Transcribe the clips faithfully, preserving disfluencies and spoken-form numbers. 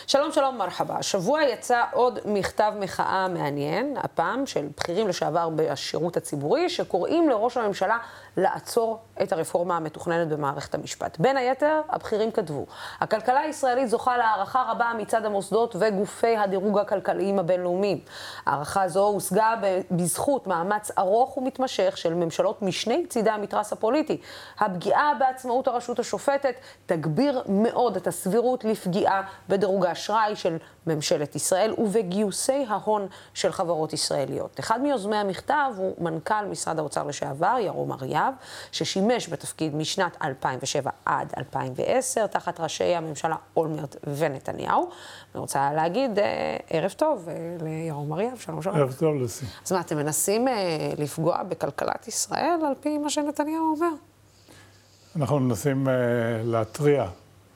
שלום שלום מרחבה. השבוע יצא עוד מכתב מחאה מעניין, הפעם של בכירים לשעבר בשירות הציבורי, שקוראים לראש הממשלה לעצור את הרפורמה המתוכננת במערכת המשפט. בין היתר, הבכירים כתבו, הכלכלה הישראלית זוכה להערכה רבה מצד המוסדות וגופי הדירוג הכלכליים הבינלאומיים. הערכה זו הושגה בזכות מאמץ ארוך ומתמשך של ממשלות משני צידי המתרס הפוליטי. הפגיעה בעצמאות הרשות השופטת תגביר מאוד את הסבירות לפגיעה בדירוג האשראי של ממשלת ישראל ובגיוסי ההון של חברות ישראליות. אחד מיוזמי המכתב הוא מנכ"ל משרד האוצר לשעבר, ירום אריאב, ששימש בתפקיד משנת אלפיים ושבע עד אלפיים ועשר, תחת ראשי הממשלה אולמרט ונתניהו. אני רוצה להגיד ערב טוב לירום אריאב, שלום שלום. ערב טוב לסי. אז מה, אתם מנסים לפגוע בכלכלת ישראל על פי מה שנתניהו אומר? אנחנו מנסים להתריע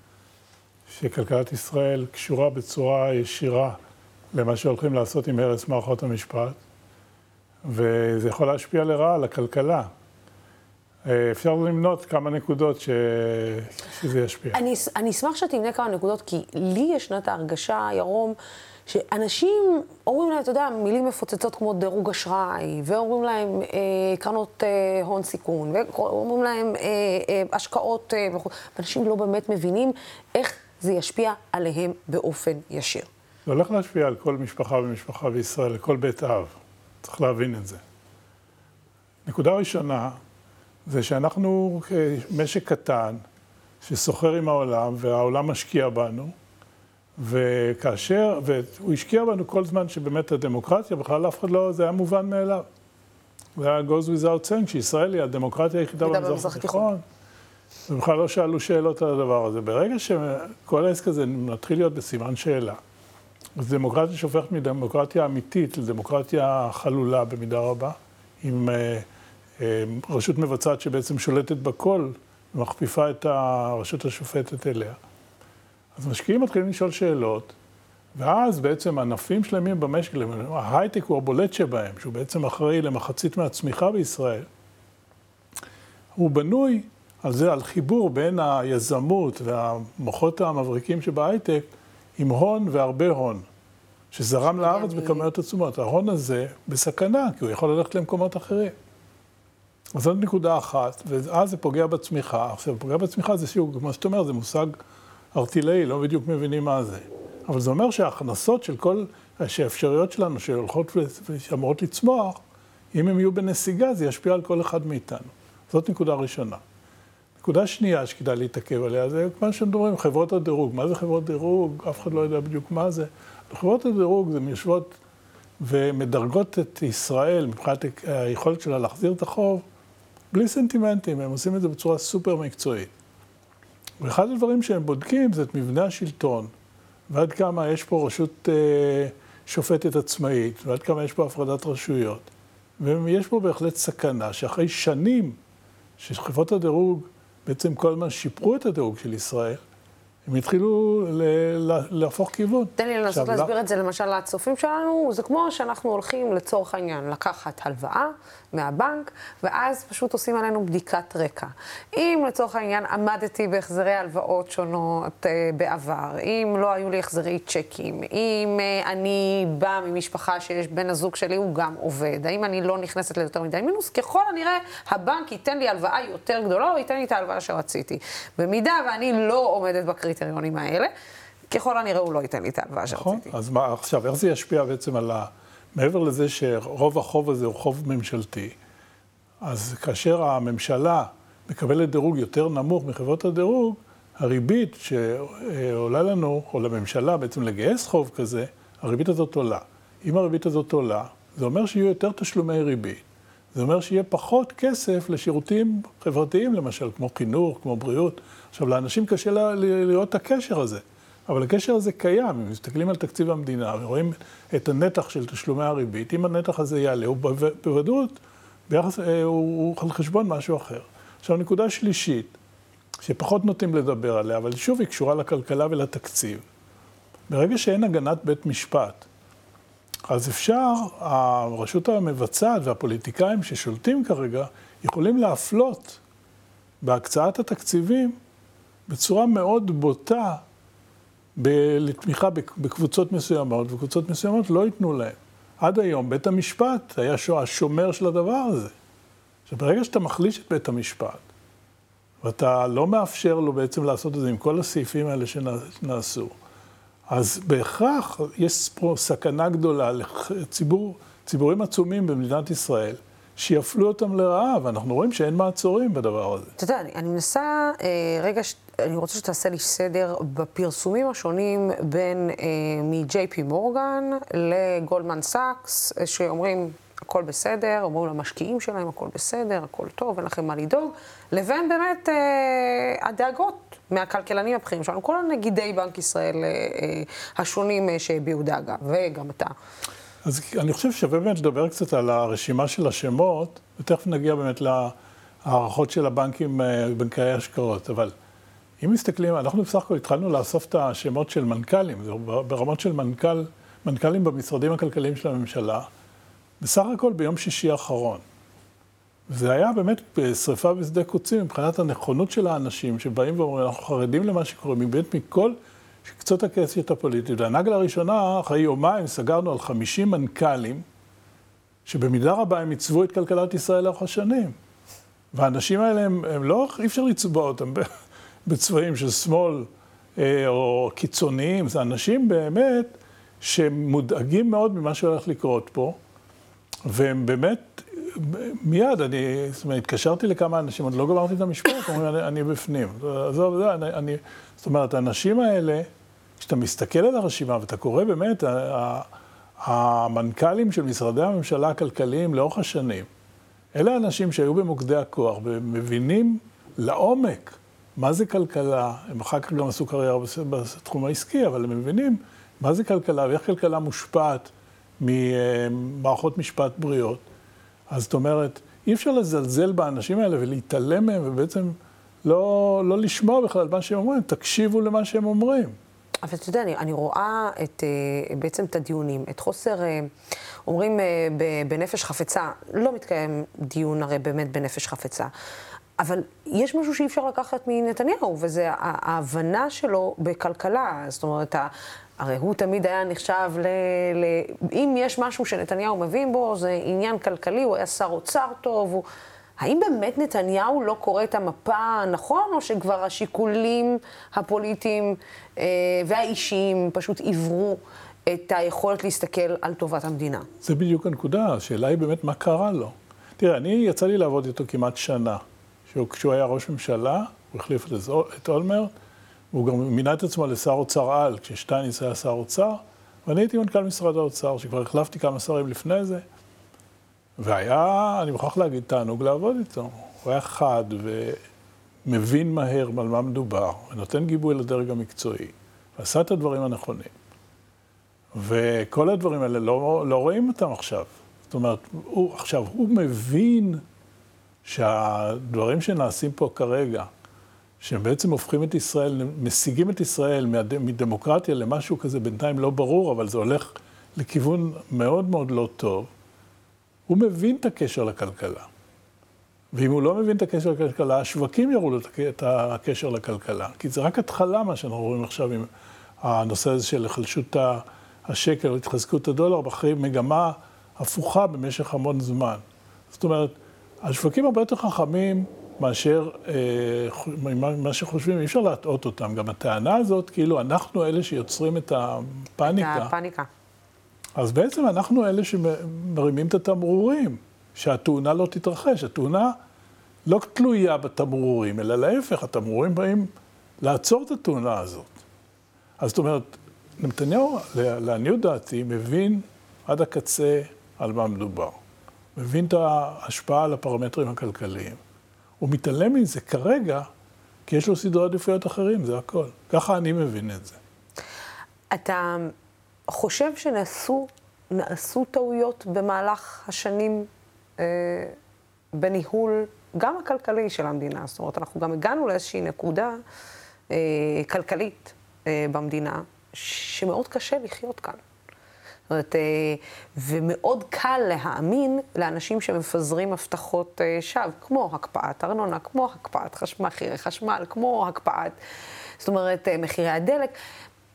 שכלכלת ישראל קשורה בצורה ישירה למה שהולכים לעשות עם הרס מערכות המשפט, וזה יכול להשפיע לרעה על הכלכלה. אפשר למנות כמה נקודות ש... שזה ישפיע. אני, אני אשמח שתמנה כמה נקודות, כי לי ישנה את ההרגשה, ירום, שאנשים אומרים להם, אתה יודע, מילים מפוצצות כמו דירוג אשראי, ואומרים להם אה, קרנות אה, הון סיכון, ואומרים להם אה, אה, השקעות, אה, ואנשים לא באמת מבינים איך זה ישפיע עליהם באופן ישיר. זה הולך להשפיע על כל משפחה ומשפחה בישראל, לכל בית אב. צריך להבין את זה. נקודה ראשונה, זה שאנחנו משק קטן, שסוחר עם העולם, והעולם משקיע בנו, וכאשר, והוא השקיע בנו כל זמן שבאמת הדמוקרטיה, בכלל אף אחד לא, זה היה מובן מאליו. זה היה goes without saying, שישראל היא הדמוקרטיה היחידה במזרח התיכון. ובכלל לא שאלו שאלות על הדבר הזה. ברגע שכל העסק הזה מתחיל להיות בסימן שאלה, אז דמוקרטיה שהופכת מדמוקרטיה אמיתית לדמוקרטיה חלולה במידה רבה, עם אה, אה, רשות מבצעת שבעצם שולטת בכל, ומכפיפה את הרשות השופטת אליה. אז משקיעים מתחילים לשאול שאלות, ואז בעצם ענפים שלמים במשק, ההייטק הוא הבולט שבהם, שהוא בעצם אחראי למחצית מהצמיחה בישראל, הוא בנוי על זה, על חיבור בין היזמות והמוחות המבריקים שבהייטק, עם הון והרבה הון, שזרם לארץ בכמויות עצומות. ההון הזה בסכנה, כי הוא יכול ללכת למקומות אחרים. אז זאת נקודה אחת, ואז זה פוגע בצמיחה. עכשיו, פוגע בצמיחה זה שהוא, כמו שאתה אומר, זה מושג ארטילאי, לא בדיוק מבינים מה זה. אבל זה אומר שההכנסות של כל, שהאפשרויות שלנו שהולכות ושאמרות לצמוח, אם הם יהיו בנסיגה, זה ישפיע על כל אחד מאיתנו. זאת נקודה ראשונה. נקודה שנייה שכדאי להתעכב עליה, זה כמו שמדברים, חברות הדירוג. מה זה חברות דירוג? אף אחד לא יודע בדיוק מה זה. חברות הדירוג זה יושבות ומדרגות את ישראל, מבחינת היכולת שלה להחזיר את החוב, בלי סנטימנטים, הם עושים את זה בצורה סופר מקצועית. ואחד הדברים שהם בודקים זה את מבנה השלטון, ועד כמה יש פה רשות אה, שופטת עצמאית, ועד כמה יש פה הפרדת רשויות. ויש פה בהחלט סכנה שאחרי שנים שחברות הדירוג בעצם כל הזמן שיפרו את הדירוג של ישראל, הם התחילו להפוך כיוון. תן לי לנסות להסביר את זה למשל לצופים שלנו, זה כמו שאנחנו הולכים לצורך העניין לקחת הלוואה מהבנק, ואז פשוט עושים עלינו בדיקת רקע. אם לצורך העניין עמדתי בהחזרי הלוואות שונות בעבר, אם לא היו לי החזרי צ'קים, אם אני באה ממשפחה שיש בן הזוג שלי הוא גם עובד, האם אני לא נכנסת ליותר מדי מינוס, ככל הנראה הבנק ייתן לי הלוואה יותר גדולה, או ייתן לי את ההלוואה שרציתי. במידה ואני לא עומדת בקריטריונים האלה, ככל הנראה הוא לא ייתן לי את ההלוואה שרציתי. נכון, אז מה, עכשיו, איך זה ישפיע בעצם על ה... מעבר לזה שרוב החוב הזה הוא חוב ממשלתי, אז כאשר הממשלה מקבלת דירוג יותר נמוך מחברות הדירוג, הריבית שעולה לנו, או לממשלה בעצם לגייס חוב כזה, הריבית הזאת עולה. אם הריבית הזאת עולה, זה אומר שיהיו יותר תשלומי ריבית. זה אומר שיהיה פחות כסף לשירותים חברתיים, למשל, כמו חינוך, כמו בריאות. עכשיו, לאנשים קשה לראות את הקשר הזה. אבל הקשר הזה קיים, אם מסתכלים על תקציב המדינה ורואים את הנתח של תשלומי הריבית, אם הנתח הזה יעלה, הוא בוודאות, ביחס, הוא, הוא על חשבון משהו אחר. עכשיו, נקודה שלישית, שפחות נוטים לדבר עליה, אבל שוב היא קשורה לכלכלה ולתקציב. ברגע שאין הגנת בית משפט, אז אפשר, הרשות המבצעת והפוליטיקאים ששולטים כרגע, יכולים להפלות בהקצאת התקציבים בצורה מאוד בוטה, לתמיכה בקבוצות מסוימות, וקבוצות מסוימות לא ייתנו להם. עד היום בית המשפט היה השומר של הדבר הזה. שברגע שאתה מחליש את בית המשפט, ואתה לא מאפשר לו בעצם לעשות את זה עם כל הסעיפים האלה שנעשו, אז בהכרח יש פה סכנה גדולה לציבור, ציבורים עצומים במדינת ישראל, שיפלו אותם לרעה, ואנחנו רואים שאין מעצורים בדבר הזה. אתה יודע, אני, אני מנסה, אה, רגע, ש... אני רוצה שתעשה לי סדר בפרסומים השונים בין אה, מ-ג'יי פי מורגן לגולדמן סאקס, שאומרים הכל בסדר, אומרים למשקיעים שלהם הכל בסדר, הכל טוב, אין לכם מה לדאוג, לבין באמת אה, הדאגות מהכלכלנים הבכירים שלנו, כל הנגידי בנק ישראל אה, אה, השונים אה, שהביעו דאגה, וגם אתה. אז אני חושב שווה באמת לדבר קצת על הרשימה של השמות, ותכף נגיע באמת להערכות של הבנקים, בנקי ההשקעות. אבל אם מסתכלים, אנחנו בסך הכל התחלנו לאסוף את השמות של מנכ"לים, זה ברמות של מנכ"ל, מנכ"לים במשרדים הכלכליים של הממשלה, בסך הכל ביום שישי האחרון. זה היה באמת שריפה בשדה קוצים, מבחינת הנכונות של האנשים שבאים ואומרים, אנחנו חרדים למה שקורה, מבית מכל קצות הקשת הפוליטית. והנגלה הראשונה, אחרי יומיים, סגרנו על חמישים מנכ"לים, שבמידה רבה הם עיצבו את כלכלת ישראל לאורך השנים. והאנשים האלה, הם, הם לא, אי אפשר לצבוע אותם בצבעים של שמאל אה, או קיצוניים. זה אנשים באמת שמודאגים מאוד ממה שהולך לקרות פה, והם באמת, מיד, אני, זאת אומרת, התקשרתי לכמה אנשים, עוד לא גמרתי את המשפט, אומרים, אני, אני בפנים. עזוב, זה, אני, אני, זאת אומרת, האנשים האלה, כשאתה מסתכל על הרשימה ואתה קורא באמת, המנכ"לים של משרדי הממשלה הכלכליים לאורך השנים, אלה האנשים שהיו במוקדי הכוח ומבינים לעומק מה זה כלכלה, הם אחר כך גם עשו קריירה בתחום העסקי, אבל הם מבינים מה זה כלכלה ואיך כלכלה מושפעת ממערכות משפט בריאות. אז זאת אומרת, אי אפשר לזלזל באנשים האלה ולהתעלם מהם ובעצם לא, לא לשמוע בכלל מה שהם אומרים, תקשיבו למה שהם אומרים. אבל אתה יודע, אני, אני רואה את, בעצם את הדיונים, את חוסר, אומרים בנפש חפצה, לא מתקיים דיון הרי באמת בנפש חפצה, אבל יש משהו שאי אפשר לקחת מנתניהו, וזה ההבנה שלו בכלכלה, זאת אומרת, הרי הוא תמיד היה נחשב, ל, ל, אם יש משהו שנתניהו מבין בו, זה עניין כלכלי, הוא היה שר אוצר טוב, הוא... האם באמת נתניהו לא קורא את המפה הנכון, או שכבר השיקולים הפוליטיים אה, והאישיים פשוט עברו את היכולת להסתכל על טובת המדינה? זה בדיוק הנקודה, השאלה היא באמת מה קרה לו. תראה, אני יצא לי לעבוד איתו כמעט שנה, כשהוא היה ראש ממשלה, הוא החליף את אולמרט, והוא גם מינה את עצמו לשר אוצר על, כששטייניץ היה שר אוצר, ואני הייתי מנכ"ל משרד האוצר, שכבר החלפתי כמה שרים לפני זה, והיה, אני מוכרח להגיד, תענוג לעבוד איתו. הוא היה חד ומבין מהר על מה מדובר, ונותן גיבוי לדרג המקצועי, ועשה את הדברים הנכונים. וכל הדברים האלה לא, לא רואים אותם עכשיו. זאת אומרת, הוא, עכשיו, הוא מבין שהדברים שנעשים פה כרגע, שהם בעצם הופכים את ישראל, משיגים את ישראל מדמוקרטיה למשהו כזה בינתיים לא ברור, אבל זה הולך לכיוון מאוד מאוד לא טוב, הוא מבין את הקשר לכלכלה. ואם הוא לא מבין את הקשר לכלכלה, השווקים יראו את הקשר לכלכלה. כי זה רק התחלה מה שאנחנו רואים עכשיו עם הנושא הזה של החלשות השקל, התחזקות הדולר, אחרי מגמה הפוכה במשך המון זמן. זאת אומרת, השווקים הרבה יותר חכמים מאשר, מה שחושבים, אי אפשר להטעות אותם. גם הטענה הזאת, כאילו, אנחנו אלה שיוצרים את הפאניקה. את הפאניקה. אז בעצם אנחנו אלה שמרימים את התמרורים, שהתאונה לא תתרחש. התאונה לא תלויה בתמרורים, אלא להפך, התמרורים באים לעצור את התאונה הזאת. אז זאת אומרת, נתניהו, לעניות דעתי, מבין עד הקצה על מה מדובר. מבין את ההשפעה על הפרמטרים הכלכליים. הוא מתעלם מזה כרגע, כי יש לו סדרי עדיפויות אחרים, זה הכל. ככה אני מבין את זה. אתה חושב שנעשו נעשו טעויות במהלך השנים אה, בניהול גם הכלכלי של המדינה? זאת אומרת, אנחנו גם הגענו לאיזושהי נקודה אה, כלכלית אה, במדינה, שמאוד קשה לחיות כאן. זאת אומרת, אה, ומאוד קל להאמין לאנשים שמפזרים הבטחות אה, שווא, כמו הקפאת ארנונה, כמו הקפאת חשמל, מחירי חשמל, כמו הקפאת, זאת אומרת, אה, מחירי הדלק.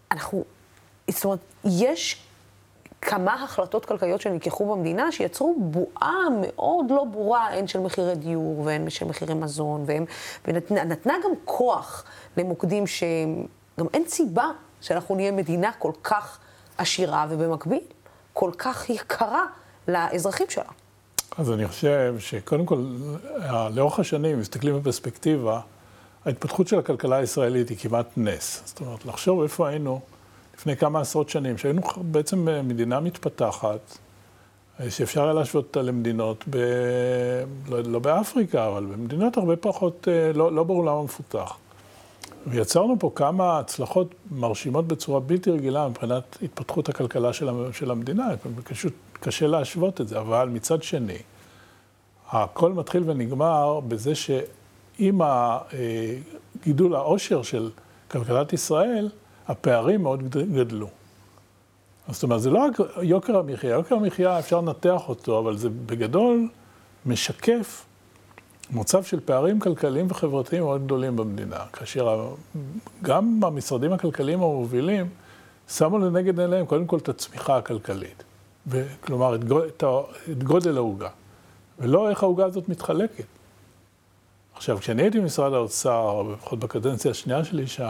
אנחנו, זאת אומרת, יש כמה החלטות כלכליות שנלקחו במדינה שיצרו בועה מאוד לא ברורה, הן של מחירי דיור והן של מחירי מזון, והם, ונתנה גם כוח למוקדים שגם אין סיבה שאנחנו נהיה מדינה כל כך עשירה ובמקביל כל כך יקרה לאזרחים שלה. אז אני חושב שקודם כל, לאורך השנים, מסתכלים בפרספקטיבה, ההתפתחות של הכלכלה הישראלית היא כמעט נס. זאת אומרת, לחשוב איפה היינו לפני כמה עשרות שנים, שהיינו בעצם מדינה מתפתחת, שאפשר היה להשוות אותה למדינות, ב... לא, לא באפריקה, אבל במדינות הרבה פחות, לא, לא בעולם המפותח. ויצרנו פה כמה הצלחות מרשימות בצורה בלתי רגילה מבחינת התפתחות הכלכלה של המדינה. פשוט קשה להשוות את זה, אבל מצד שני, הכל מתחיל ונגמר בזה שעם הגידול העושר של כלכלת ישראל, הפערים מאוד גדלו. זאת אומרת, זה לא רק יוקר המחיה, יוקר המחיה אפשר לנתח אותו, אבל זה בגדול משקף מצב של פערים כלכליים וחברתיים מאוד גדולים במדינה, כאשר גם המשרדים הכלכליים המובילים שמו לנגד עיניהם קודם כל את הצמיחה הכלכלית, כלומר את, את, את גודל העוגה, ולא איך העוגה הזאת מתחלקת. עכשיו, כשאני הייתי במשרד האוצר, לפחות בקדנציה השנייה שלי שם,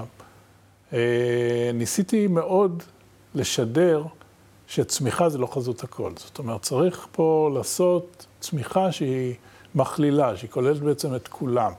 ניסיתי מאוד לשדר שצמיחה זה לא חזות הכל. זאת אומרת, צריך פה לעשות צמיחה שהיא מכלילה, שהיא כוללת בעצם את כולם.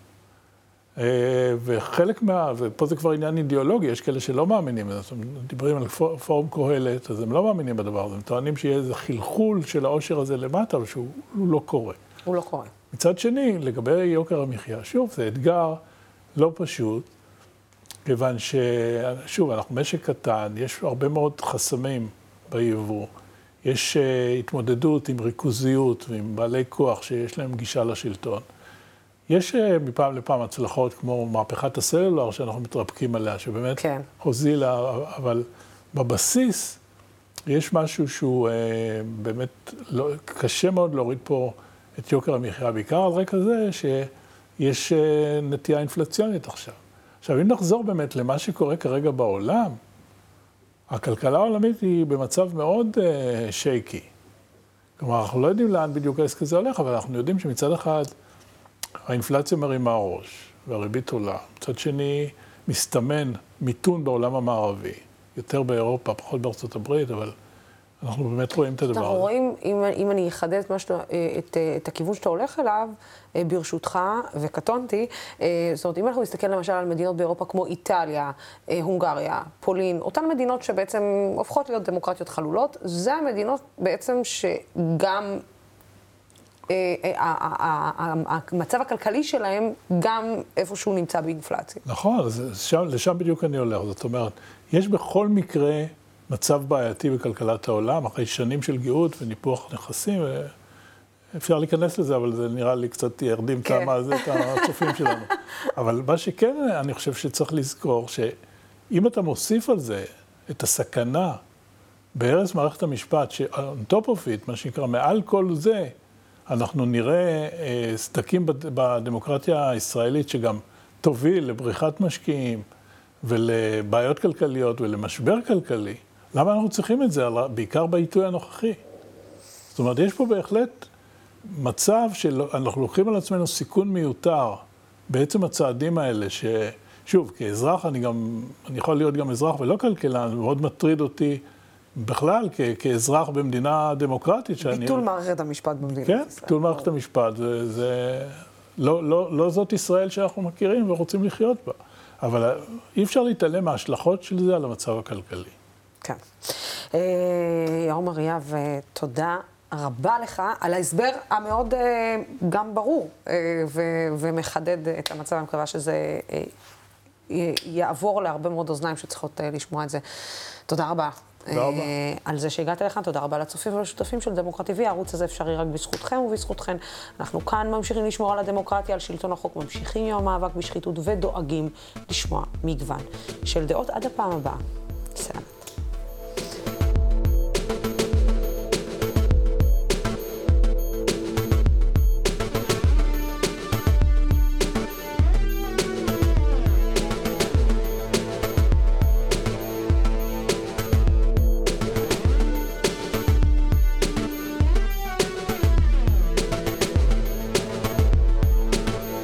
וחלק מה, ופה זה כבר עניין אידיאולוגי, יש כאלה שלא מאמינים בזה, זאת אומרת, דיברים על פורום קהלת, אז הם לא מאמינים בדבר הזה, הם טוענים שיהיה איזה חלחול של העושר הזה למטה, אבל שהוא לא קורה. הוא לא קורה. מצד שני, לגבי יוקר המחיה, שוב, זה אתגר לא פשוט, כיוון ששוב, אנחנו משק קטן, יש הרבה מאוד חסמים ביבוא, יש uh, התמודדות עם ריכוזיות ועם בעלי כוח שיש להם גישה לשלטון. יש uh, מפעם לפעם הצלחות כמו מהפכת הסלולר שאנחנו מתרפקים עליה, שבאמת כן. הוזילה, אבל בבסיס יש משהו שהוא uh, באמת לא, קשה מאוד להוריד פה את יוקר המחיה, בעיקר על רקע זה שיש uh, נטייה אינפלציונית עכשיו. עכשיו, אם נחזור באמת למה שקורה כרגע בעולם, הכלכלה העולמית היא במצב מאוד uh, שייקי. כלומר, אנחנו לא יודעים לאן בדיוק העסק הזה הולך, אבל אנחנו יודעים שמצד אחד האינפלציה מרימה ראש והריבית עולה. מצד שני, מסתמן מיתון בעולם המערבי, יותר באירופה, פחות בארצות הברית, אבל אנחנו באמת רואים את הדבר הזה. אנחנו רואים, אם, אם אני אחדד את, את, את הכיוון שאתה הולך אליו, ברשותך, וקטונתי, זאת אומרת, אם אנחנו נסתכל למשל על מדינות באירופה כמו איטליה, הונגריה, פולין, אותן מדינות שבעצם הופכות להיות דמוקרטיות חלולות, זה המדינות בעצם שגם המצב הכלכלי שלהם גם איפשהו נמצא באינפלציה. נכון, לשם בדיוק אני הולך. זאת אומרת, יש בכל מקרה מצב בעייתי בכלכלת העולם, אחרי שנים של גאות וניפוח נכסים, אפשר להיכנס לזה, אבל זה נראה לי קצת ירדים את הצופים שלנו. אבל מה שכן, אני חושב שצריך לזכור, שאם אתה מוסיף על זה את הסכנה בהרס מערכת המשפט, ש-on top of it, מה שנקרא, מעל כל זה, אנחנו נראה סדקים בדמוקרטיה הישראלית שגם תוביל לבריחת משקיעים ולבעיות כלכליות ולמשבר כלכלי. למה אנחנו צריכים את זה? בעיקר בעיתוי הנוכחי. זאת אומרת, יש פה בהחלט מצב שאנחנו לוקחים על עצמנו סיכון מיותר בעצם הצעדים האלה, ששוב, כאזרח, אני גם, אני יכול להיות גם אזרח ולא כלכלן, זה מאוד מטריד אותי בכלל, כ- כאזרח במדינה דמוקרטית. ביטול שאני... מערכת המשפט במדינת כן, ישראל. ביטול מערכת המשפט. זה, זה לא, לא, לא זאת ישראל שאנחנו מכירים ורוצים לחיות בה. אבל אי אפשר להתעלם מההשלכות של זה על המצב הכלכלי. כן. ירום אריאב, תודה רבה לך על ההסבר המאוד גם ברור ומחדד את המצב. אני מקווה שזה יעבור להרבה מאוד אוזניים שצריכות לשמוע את זה. תודה רבה. תודה רבה. על זה שהגעת לכאן, תודה רבה לצופים ולשותפים של דמוקרטי וי. הערוץ הזה אפשרי רק בזכותכם ובזכותכן. אנחנו כאן ממשיכים לשמור על הדמוקרטיה, על שלטון החוק, ממשיכים עם המאבק בשחיתות ודואגים לשמוע מגוון של דעות. עד הפעם הבאה. סלام.